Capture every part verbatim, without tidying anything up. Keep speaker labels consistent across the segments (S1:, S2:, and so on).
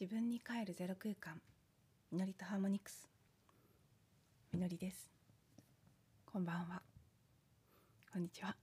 S1: 自分に帰るゼロ空間、みのりとハーモニクス。みのりです。こんばんは、こんにちは。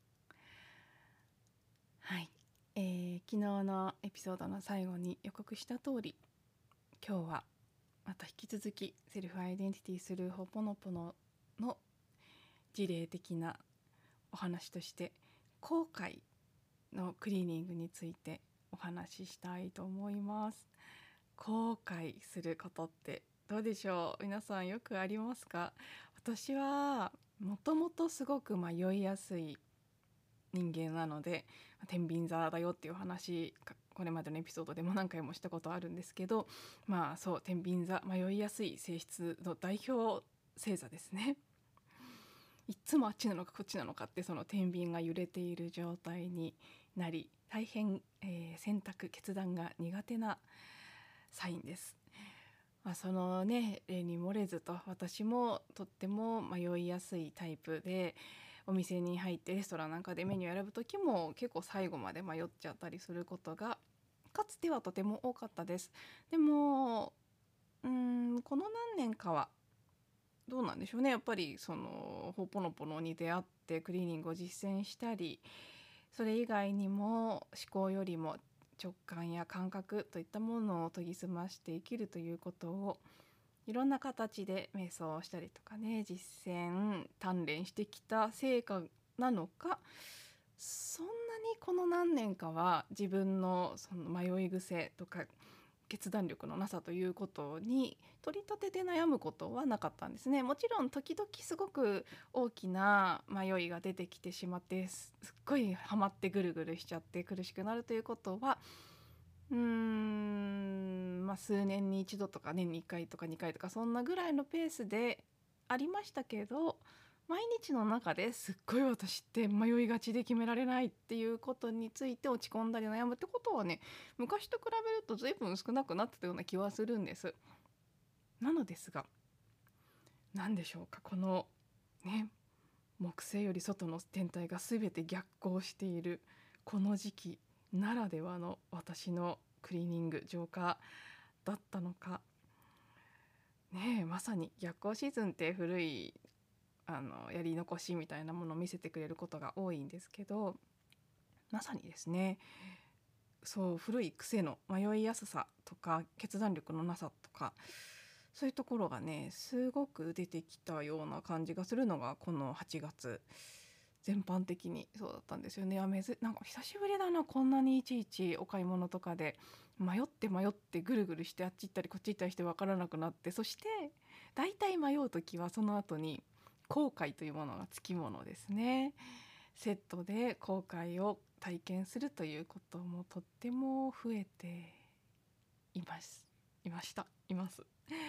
S1: はい、えー、昨日のエピソードの最後に予告した通り、今日はまた引き続きセルフアイデンティティするホポノポノの事例的なお話として、後悔のクリーニングについてお話ししたいと思います。後悔することってどうでしょう。皆さんよくありますか？私はもともとすごく迷いやすい人間なので、天秤座だよっていう話、これまでのエピソードでも何回もしたことあるんですけど、まあそう、天秤座、迷いやすい性質の代表星座ですね。いつもあっちなのかこっちなのかって、その天秤が揺れている状態になり、大変、えー、選択決断が苦手なサインです。まあ、そのね例に漏れずと、私もとっても迷いやすいタイプで、お店に入ってレストランなんかでメニュー選ぶ時も結構最後まで迷っちゃったりすることがかつてはとても多かったです。でもうーんこの何年かはどうなんでしょうね。やっぱりそのホポノポノに出会ってクリーニングを実践したり、それ以外にも思考よりも直感や感覚といったものを研ぎ澄まして生きるということをいろんな形で瞑想をしたりとかね、実践鍛錬してきた成果なのか、そんなにこの何年かは自分のその迷い癖とか決断力のなさということに取り立てて悩むことはなかったんですね。もちろん時々すごく大きな迷いが出てきてしまって、すっごいハマってぐるぐるしちゃって苦しくなるということはうーんまあ数年に一度とか年にいっかいとかにかいとか、そんなぐらいのペースでありましたけど、毎日の中ですっごい私って迷いがちで決められないっていうことについて落ち込んだり悩むってことはね、昔と比べると随分少なくなってたような気はするんです。なのですが、何でしょうか、このね木星より外の天体が全て逆行しているこの時期ならではの私のクリーニング浄化だったのかね。えまさに逆行シーズンって古いあのやり残しみたいなものを見せてくれることが多いんですけど、まさにですね、そう古い癖の迷いやすさとか決断力のなさとか、そういうところがねすごく出てきたような感じがするのがこのはちがつ、全般的にそうだったんですよね。あめずなんか久しぶりだな、こんなにいちいちお買い物とかで迷って迷ってぐるぐるしてあっち行ったりこっち行ったりして分からなくなって、そして大体迷う時はその後に後悔というものがつきものですね。セットで後悔を体験するということもとっても増えていますいましたいます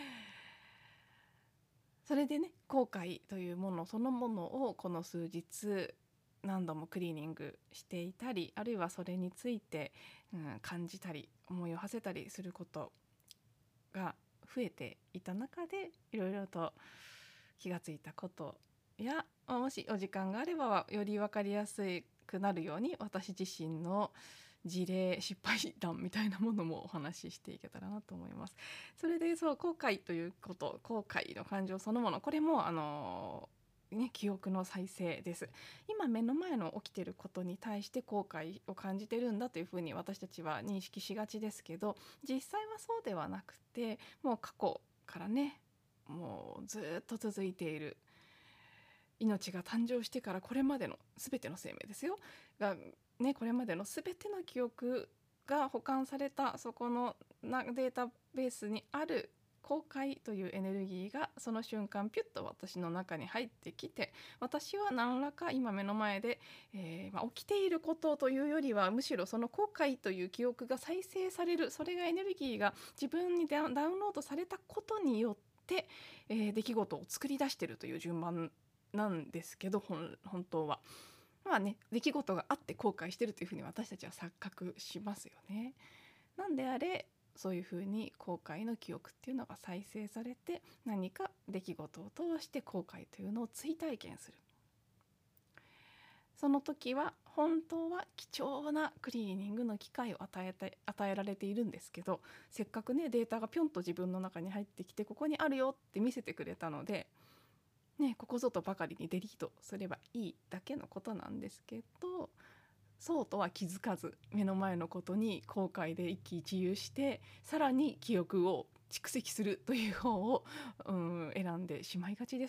S1: それでね、後悔というものそのものをこの数日何度もクリーニングしていたり、あるいはそれについて、うん、感じたり思いを馳せたりすることが増えていた中で、いろいろと気がついたことや、もしお時間があればより分かりやすくなるように私自身の事例失敗談みたいなものもお話ししていけたらなと思います。それでそう後悔ということ、後悔の感情そのもの、これもあのね、記憶の再生です。今目の前の起きてることに対して後悔を感じてるんだというふうに私たちは認識しがちですけど、実際はそうではなくて、もう過去からねもうずっと続いている、命が誕生してからこれまでの全ての生命ですよが、ね、これまでの全ての記憶が保管されたそこのなデータベースにある後悔というエネルギーがその瞬間ピュッと私の中に入ってきて、私は何らか今目の前で、えーまあ、起きていることというよりはむしろその後悔という記憶が再生される、それがエネルギーが自分にダウンロードされたことによって、えー、出来事を作り出しているという順番なんですけど、本当はまあね、出来事があって後悔してるというふうに私たちは錯覚しますよね。なんであれそういうふうに後悔の記憶っていうのが再生されて、何か出来事を通して後悔というのを追体験する。その時は本当は貴重なクリーニングの機会を与えて与えられているんですけど、せっかくねデータがぴょんと自分の中に入ってきて、ここにあるよって見せてくれたので、ね、ここぞとばかりにデリートすればいいだけのことなんですけど、そうとは気づかず目の前のことに後悔で一喜一憂して、さらに記憶を蓄積するという方を、うん、選んでしまいがちです。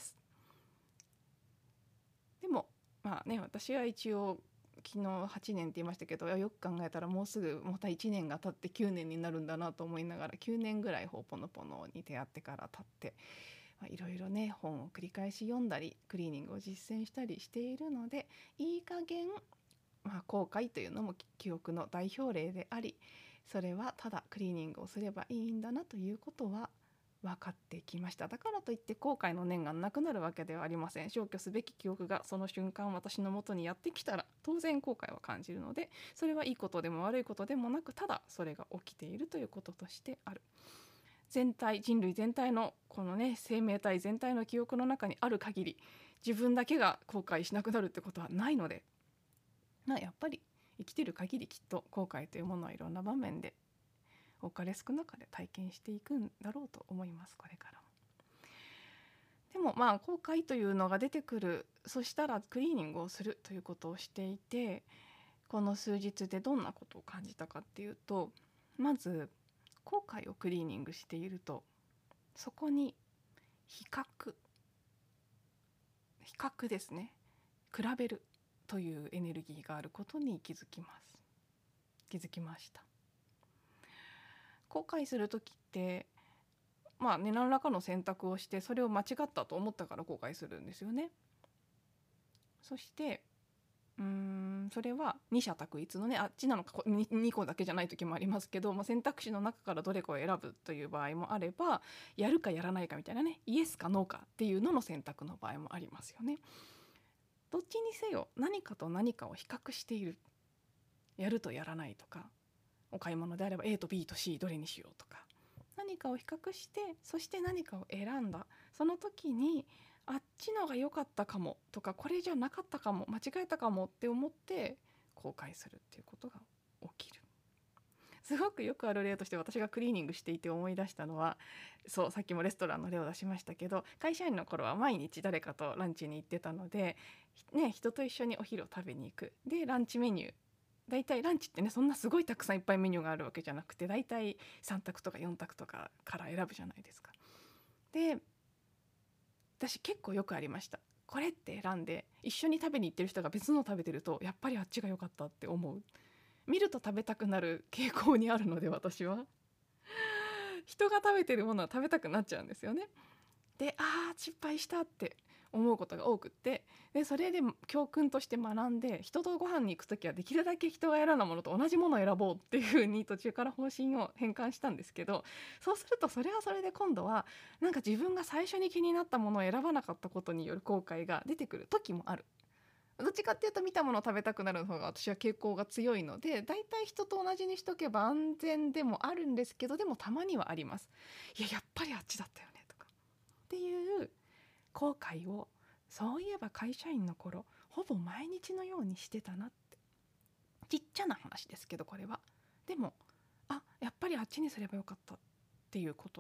S1: でもまあね、私は一応昨日はちねんって言いましたけど、よく考えたらもうすぐまたいちねんが経ってきゅうねんになるんだなと思いながら、きゅうねんぐらいほおぽのぽのに出会ってから経って、いろいろね本を繰り返し読んだりクリーニングを実践したりしているので、いい加減、まあ、後悔というのも記憶の代表例であり、それはただクリーニングをすればいいんだなということは分かってきました。だからといって後悔の念がなくなるわけではありません。消去すべき記憶がその瞬間私のもとにやってきたら当然後悔は感じるので、それはいいことでも悪いことでもなく、ただそれが起きているということとしてある。全体人類全体のこのね生命体全体の記憶の中にある限り、自分だけが後悔しなくなるってことはないので、まあ、やっぱり生きてる限りきっと後悔というものはいろんな場面で多かれ少なかれ体験していくんだろうと思います、これからも。でもまあ後悔というのが出てくる、そしたらクリーニングをするということをしていて、この数日でどんなことを感じたかっていうと、まず後悔をクリーニングしていると、そこに比較比較ですね、比べるというエネルギーがあることに気づきます気づきました。後悔する時ってまあね、何らかの選択をしてそれを間違ったと思ったから後悔するんですよね。そしてうーんそれは二者択一のね、あっちなのか 2, にこだけじゃない時もありますけど、まあ、選択肢の中からどれかを選ぶという場合もあれば、やるかやらないかみたいなね、イエスかノーかっていうのの選択の場合もありますよね。どっちにせよ何かと何かを比較している、やるとやらないとか、お買い物であれば A と B と C どれにしようとか、何かを比較してそして何かを選んだその時に、あっちのが良かったかもとか、これじゃなかったかも、間違えたかもって思って後悔するっていうことが起きる。すごくよくある例として、私がクリーニングしていて思い出したのは、そうさっきもレストランの例を出しましたけど、会社員の頃は毎日誰かとランチに行ってたので、ね、人と一緒にお昼を食べに行く。でランチメニュー、だいたいランチってねそんなすごいたくさんいっぱいメニューがあるわけじゃなくて、だいたいさん択とかよん択とかから選ぶじゃないですか。で私結構よくありました。これって選んで一緒に食べに行ってる人が別のを食べてると、やっぱりあっちが良かったって思う。見ると食べたくなる傾向にあるので、私は人が食べてるものは食べたくなっちゃうんですよね。で、あー失敗したって思うことが多くって、でそれで教訓として学んで、人とご飯に行くときはできるだけ人が選んだものと同じものを選ぼうっていう風に途中から方針を変換したんですけど、そうするとそれはそれで今度はなんか自分が最初に気になったものを選ばなかったことによる後悔が出てくる時もある。どっちかっていうと見たものを食べたくなる方が私は傾向が強いので、だいたい人と同じにしとけば安全でもあるんですけど、でもたまにはあります。いややっぱりあっちだったよねとかっていう後悔を、そういえば会社員の頃ほぼ毎日のようにしてたなって。ちっちゃな話ですけどこれは。でもあやっぱりあっちにすればよかったっていうこと、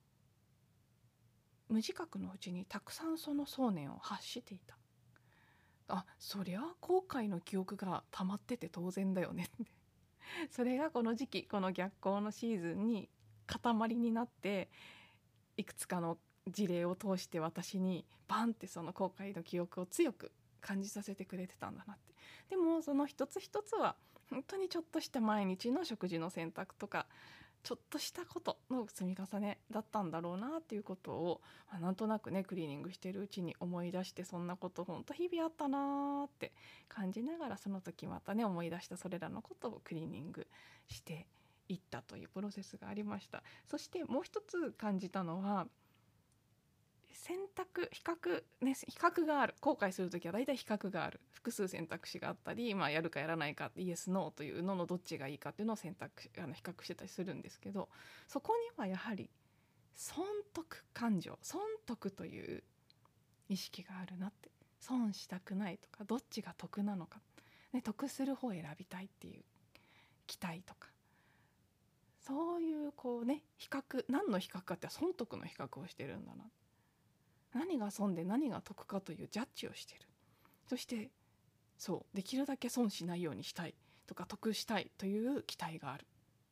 S1: 無自覚のうちにたくさんその想念を発していた。あ、そりゃ後悔の記憶が溜まってて当然だよねってそれがこの時期、この逆行のシーズンに塊になって、いくつかの事例を通して私にバンってその後悔の記憶を強く感じさせてくれてたんだなって。でもその一つ一つは本当にちょっとした毎日の食事の選択とか、ちょっとしたことの積み重ねだったんだろうなっていうことを、まあ、なんとなくねクリーニングしてるうちに思い出して、そんなこと本当日々あったなって感じながら、その時またね思い出したそれらのことをクリーニングしていったというプロセスがありました。そしてもう一つ感じたのは、選択比較ね、比較がある。後悔するときは大体比較がある。複数選択肢があったり、まあ、やるかやらないか、イエスノーというののどっちがいいかっていうのを選択あの比較してたりするんですけど、そこにはやはり損得感情、損得という意識があるなって。損したくないとか、どっちが得なのか、 ね、得する方を選びたいっていう期待とか、そういうこうね比較、何の比較かって損得の比較をしてるんだな、何が損で何が得かというジャッジをしている。そしてそうできるだけ損しないようにしたいとか得したいという期待がある。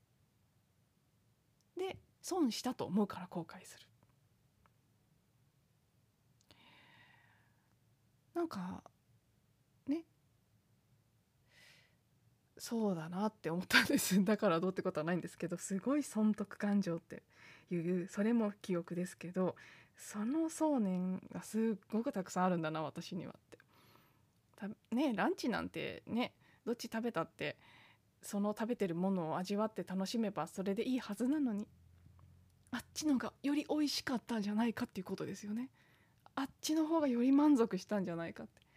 S1: で損したと思うから後悔する。なんかね、そうだなって思ったんです。だからどうってことはないんですけど、すごい損得感情っていうそれも記憶ですけど、その想念がすっごくたくさんあるんだな私にはって。たね、ランチなんてね、どっち食べたってその食べてるものを味わって楽しめばそれでいいはずなのに、あっちのがより美味しかったんじゃないかっていうことですよね。あっちの方がより満足したんじゃないかって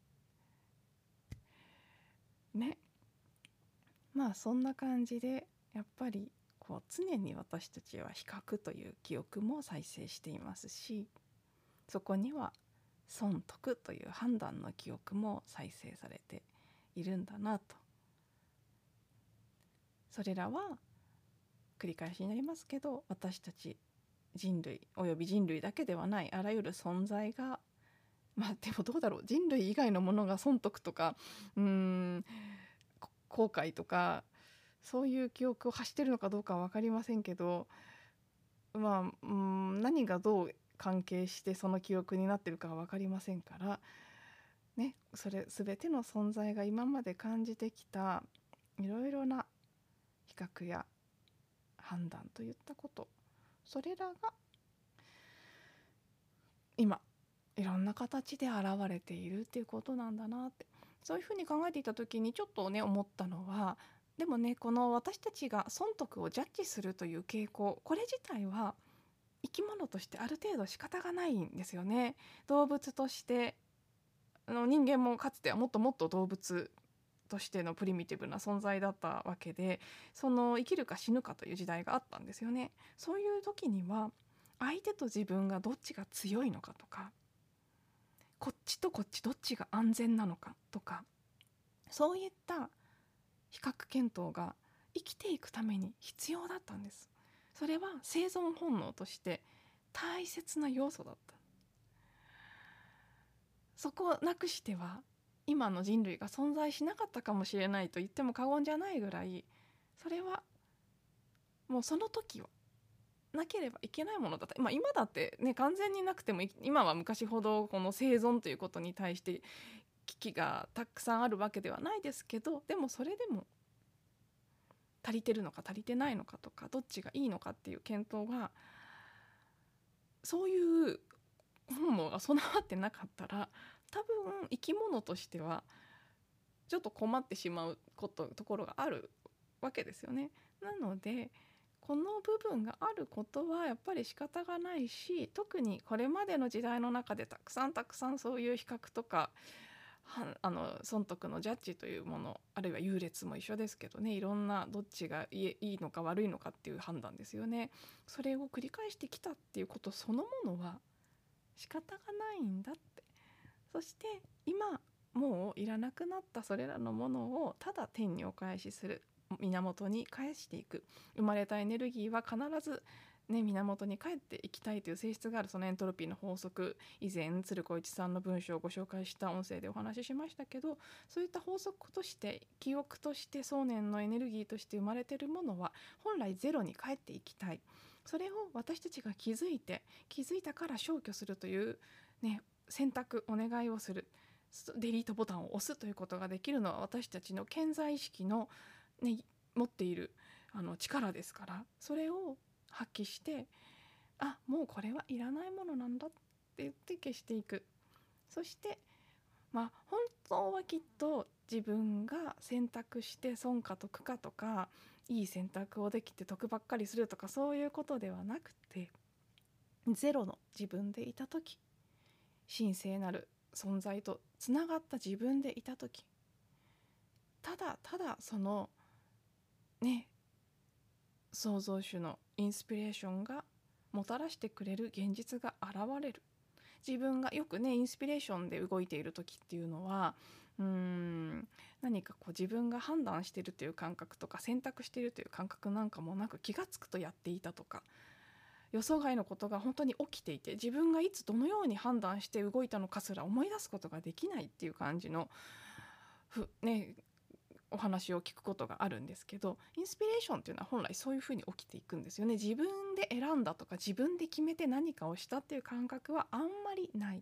S1: ね。まあそんな感じでやっぱりこう常に私たちは比較という記憶も再生していますし、そこには損得という判断の記憶も再生されているんだなと。それらは繰り返しになりますけど、私たち人類および人類だけではないあらゆる存在が、まあでもどうだろう、人類以外のものが損得とかうーん後悔とかそういう記憶を発してるのかどうかは分かりませんけど、まあうん何がどう関係してその記憶になってるかは分かりませんからね。それ全ての存在が今まで感じてきたいろいろな比較や判断といったこと、それらが今いろんな形で現れているっていうことなんだなって、そういうふうに考えていた時にちょっとね思ったのは、でもねこの私たちが損得をジャッジするという傾向、これ自体は生き物としてある程度仕方がないんですよね。動物としてあの人間もかつてはもっともっと動物としてのプリミティブな存在だったわけで、その生きるか死ぬかという時代があったんですよね。そういう時には相手と自分がどっちが強いのかとか、こっちとこっちどっちが安全なのかとか、そういった比較検討が生きていくために必要だったんです。それは生存本能として大切な要素だった。そこをなくしては今の人類が存在しなかったかもしれないと言っても過言じゃないぐらい、それはもうその時はなければいけないものだった。まあ、今だってね完全になくても、今は昔ほどこの生存ということに対して危機がたくさんあるわけではないですけど、でもそれでも足りてるのか足りてないのかとか、どっちがいいのかっていう検討が、そういう本能が備わってなかったら多分生き物としてはちょっと困ってしまうことところがあるわけですよね。なのでこの部分があることはやっぱり仕方がないし、特にこれまでの時代の中でたくさんたくさんそういう比較とかはあの損得のジャッジというもの、あるいは優劣も一緒ですけどね、いろんなどっちがいいいいのか悪いのかっていう判断ですよね。それを繰り返してきたっていうことそのものは仕方がないんだって。そして今もういらなくなったそれらのものをただ天にお返しする、源に返していく。生まれたエネルギーは必ずね、源に帰っていきたいという性質がある。そのエントロピーの法則、以前鶴子一さんの文章をご紹介した音声でお話ししましたけど、そういった法則として記憶として想念のエネルギーとして生まれているものは本来ゼロに帰っていきたい。それを私たちが気づいて気づいたから消去するという、ね、選択お願いをする、デリートボタンを押すということができるのは私たちの潜在意識の、ね、持っているあの力ですから、それを発揮して、あ、もうこれはいらないものなんだって言って消していく。そしてまあ本当はきっと自分が選択して損か得かとか、いい選択をできて得ばっかりするとか、そういうことではなくて、ゼロの自分でいた時、神聖なる存在とつながった自分でいた時、ただただそのね創造主のインスピレーションがもたらしてくれる現実が現れる。自分がよくねインスピレーションで動いている時っていうのはうーん何かこう自分が判断してるという感覚とか選択しているという感覚なんかもなく、気がつくとやっていたとか、予想外のことが本当に起きていて、自分がいつどのように判断して動いたのかすら思い出すことができないっていう感じのふ、ね、お話を聞くことがあるんですけど、インスピレーションっていうのは本来そういうふうに起きていくんですよね。自分で選んだとか自分で決めて何かをしたっていう感覚はあんまりない。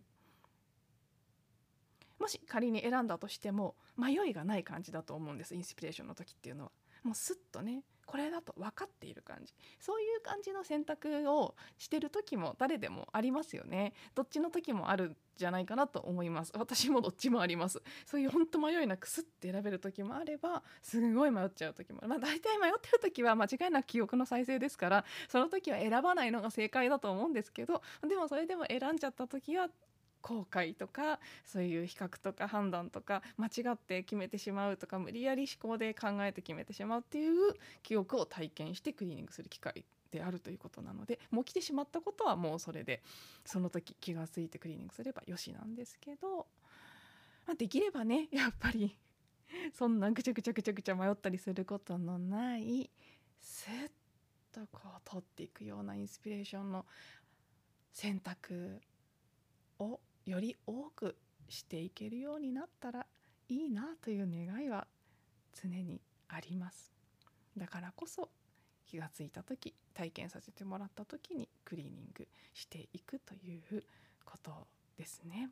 S1: もし仮に選んだとしても迷いがない感じだと思うんです、インスピレーションの時っていうのは。もうスッとね、これだと分かっている感じ、そういう感じの選択をしてる時も誰でもありますよね。どっちの時もあるんじゃないかなと思います。私もどっちもあります。そういう本当迷いなくスッて選べる時もあれば、すごい迷っちゃう時もある。まあ大体迷ってる時は間違いなく記憶の再生ですから、その時は選ばないのが正解だと思うんですけど、でもそれでも選んじゃった時は後悔とか、そういう比較とか判断とか間違って決めてしまうとか、無理やり思考で考えて決めてしまうっていう記憶を体験してクリーニングする機会であるということなので、もう来てしまったことはもうそれでその時気がついてクリーニングすればよしなんですけど、まあ、できればねやっぱりそんなぐちゃぐちゃぐちゃぐちゃ迷ったりすることのないスッとこう取っていくようなインスピレーションの選択をより多くしていけるようになったらいいなという願いは常にあります。だからこそ気がついた時、体験させてもらった時にクリーニングしていくということですね。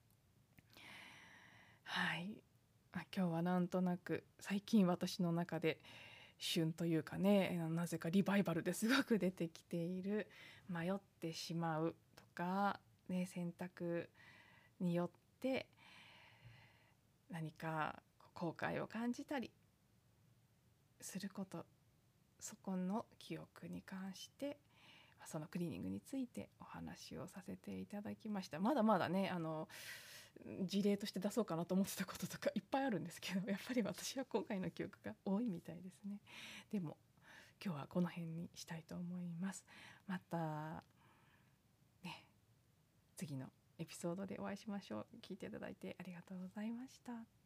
S1: はい、あ今日はなんとなく最近私の中で旬というかね、なぜかリバイバルですごく出てきている迷ってしまうとか、ね、選択によって何か後悔を感じたりすること、そこの記憶に関してそのクリーニングについてお話をさせていただきました。まだまだね、あの事例として出そうかなと思ってたこととかいっぱいあるんですけど、やっぱり私は後悔の記憶が多いみたいですね。でも今日はこの辺にしたいと思います。またね、次のエピソードでお会いしましょう。聞いていただいてありがとうございました。